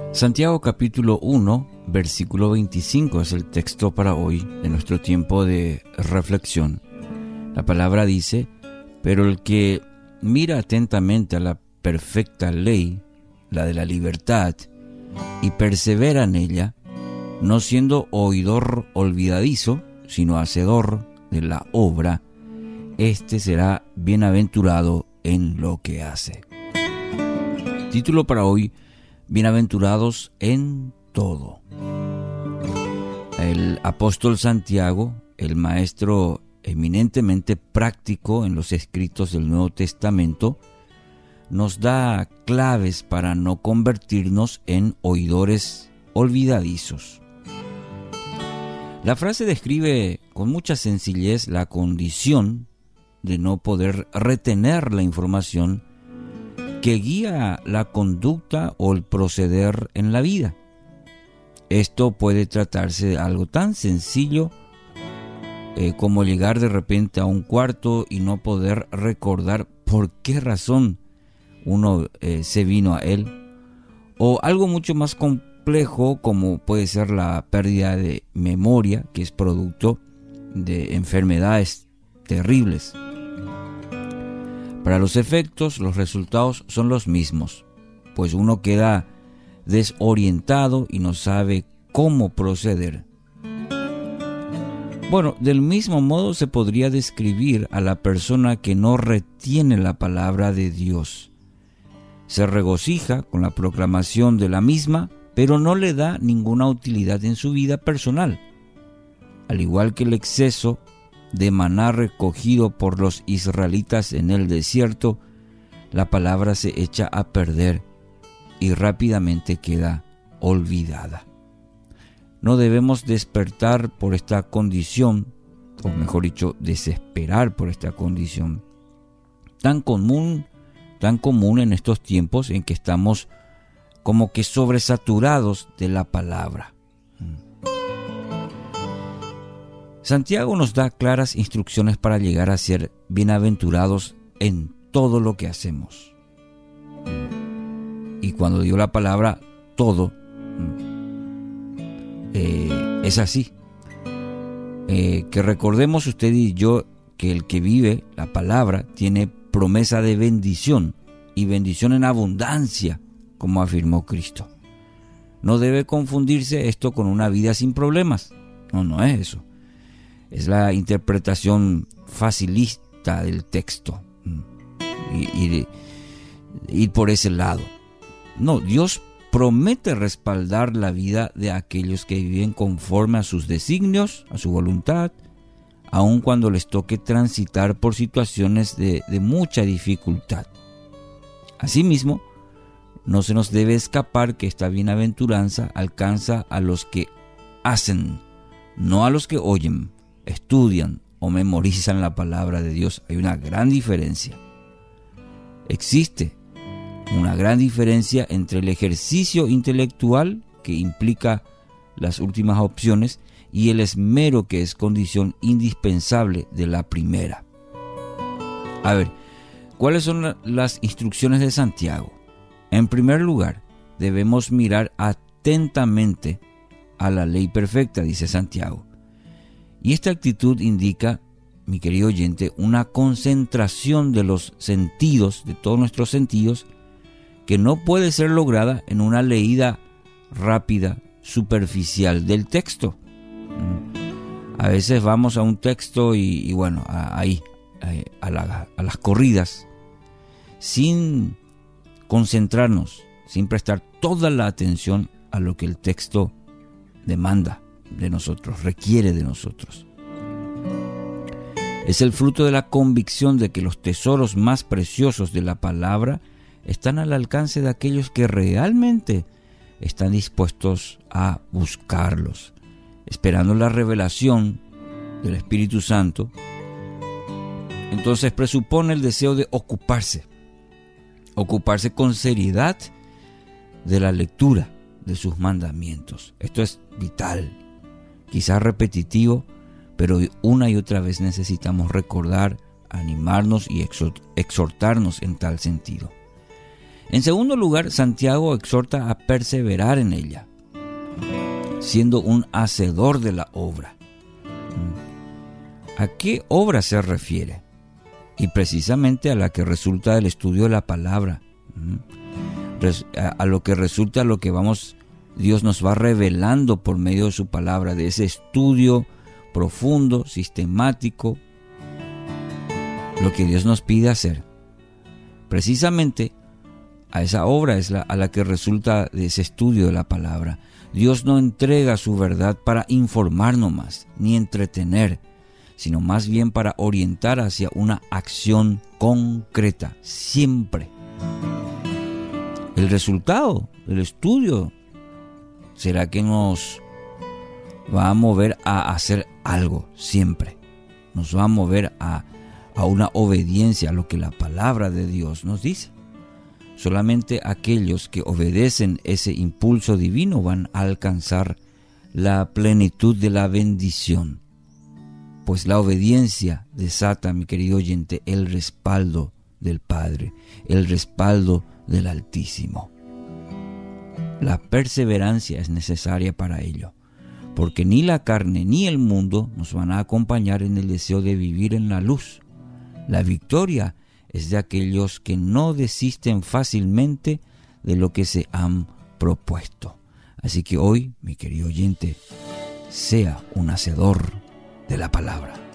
Santiago capítulo 1, versículo 25 es el texto para hoy de nuestro tiempo de reflexión. La palabra dice: pero el que mira atentamente a la perfecta ley, la de la libertad, y persevera en ella, no siendo oidor olvidadizo, sino hacedor de la obra, éste será bienaventurado en lo que hace. Título para hoy: Bienaventurados en todo. El apóstol Santiago, el maestro eminentemente práctico en los escritos del Nuevo Testamento, nos da claves para no convertirnos en oidores olvidadizos. La frase describe con mucha sencillez la condición de no poder retener la información que guía la conducta o el proceder en la vida. Esto puede tratarse de algo tan sencillo como llegar de repente a un cuarto y no poder recordar por qué razón uno se vino a él, o algo mucho más complejo como puede ser la pérdida de memoria, que es producto de enfermedades terribles. Para los efectos, los resultados son los mismos, pues uno queda desorientado y no sabe cómo proceder. Bueno, del mismo modo se podría describir a la persona que no retiene la palabra de Dios. Se regocija con la proclamación de la misma, pero no le da ninguna utilidad en su vida personal. Al igual que el exceso de maná recogido por los israelitas en el desierto, la palabra se echa a perder y rápidamente queda olvidada. No debemos despertar por esta condición, o mejor dicho, desesperar por esta condición tan común en estos tiempos en que estamos como que sobresaturados de la palabra. Santiago nos da claras instrucciones para llegar a ser bienaventurados en todo lo que hacemos. Y cuando dio la palabra todo, es así. Que recordemos usted y yo que el que vive la palabra tiene promesa de bendición, y bendición en abundancia, como afirmó Cristo. No debe confundirse esto con una vida sin problemas. No es eso. Es la interpretación facilista del texto. Y por ese lado. No, Dios promete respaldar la vida de aquellos que viven conforme a sus designios, a su voluntad, aun cuando les toque transitar por situaciones de mucha dificultad. Asimismo, no se nos debe escapar que esta bienaventuranza alcanza a los que hacen, no a los que oyen, estudian o memorizan la palabra de Dios. Hay una gran diferencia. Existe una gran diferencia entre el ejercicio intelectual, que implica las últimas opciones, y el esmero, que es condición indispensable de la primera. A ver, ¿cuáles son las instrucciones de Santiago? En primer lugar, debemos mirar atentamente a la ley perfecta, dice Santiago. Y esta actitud indica, mi querido oyente, una concentración de los sentidos, de todos nuestros sentidos, que no puede ser lograda en una leída rápida, superficial del texto. A veces vamos a un texto y bueno, a las corridas, sin concentrarnos, sin prestar toda la atención a lo que el texto demanda de nosotros, requiere de nosotros. Es el fruto de la convicción de que los tesoros más preciosos de la palabra están al alcance de aquellos que realmente están dispuestos a buscarlos, esperando la revelación del Espíritu Santo. Entonces presupone el deseo de ocuparse con seriedad de la lectura de sus mandamientos. Esto es vital, quizás repetitivo, pero una y otra vez necesitamos recordar, animarnos y exhortarnos en tal sentido. En segundo lugar, Santiago exhorta a perseverar en ella, siendo un hacedor de la obra. ¿A qué obra se refiere? Y precisamente a la que resulta del estudio de la palabra, a lo que resulta lo que Dios nos va revelando por medio de su palabra, de ese estudio profundo, sistemático, lo que Dios nos pide hacer. Precisamente a esa obra es a la que resulta de ese estudio de la palabra. Dios no entrega su verdad para informar nomás, ni entretener, sino más bien para orientar hacia una acción concreta, siempre. El resultado del estudio será que nos va a mover a hacer algo siempre. Nos va a mover a una obediencia a lo que la palabra de Dios nos dice. Solamente aquellos que obedecen ese impulso divino van a alcanzar la plenitud de la bendición. Pues la obediencia desata, mi querido oyente, el respaldo del Padre, el respaldo del Altísimo. La perseverancia es necesaria para ello, porque ni la carne ni el mundo nos van a acompañar en el deseo de vivir en la luz. La victoria es de aquellos que no desisten fácilmente de lo que se han propuesto. Así que hoy, mi querido oyente, sea un hacedor de la palabra.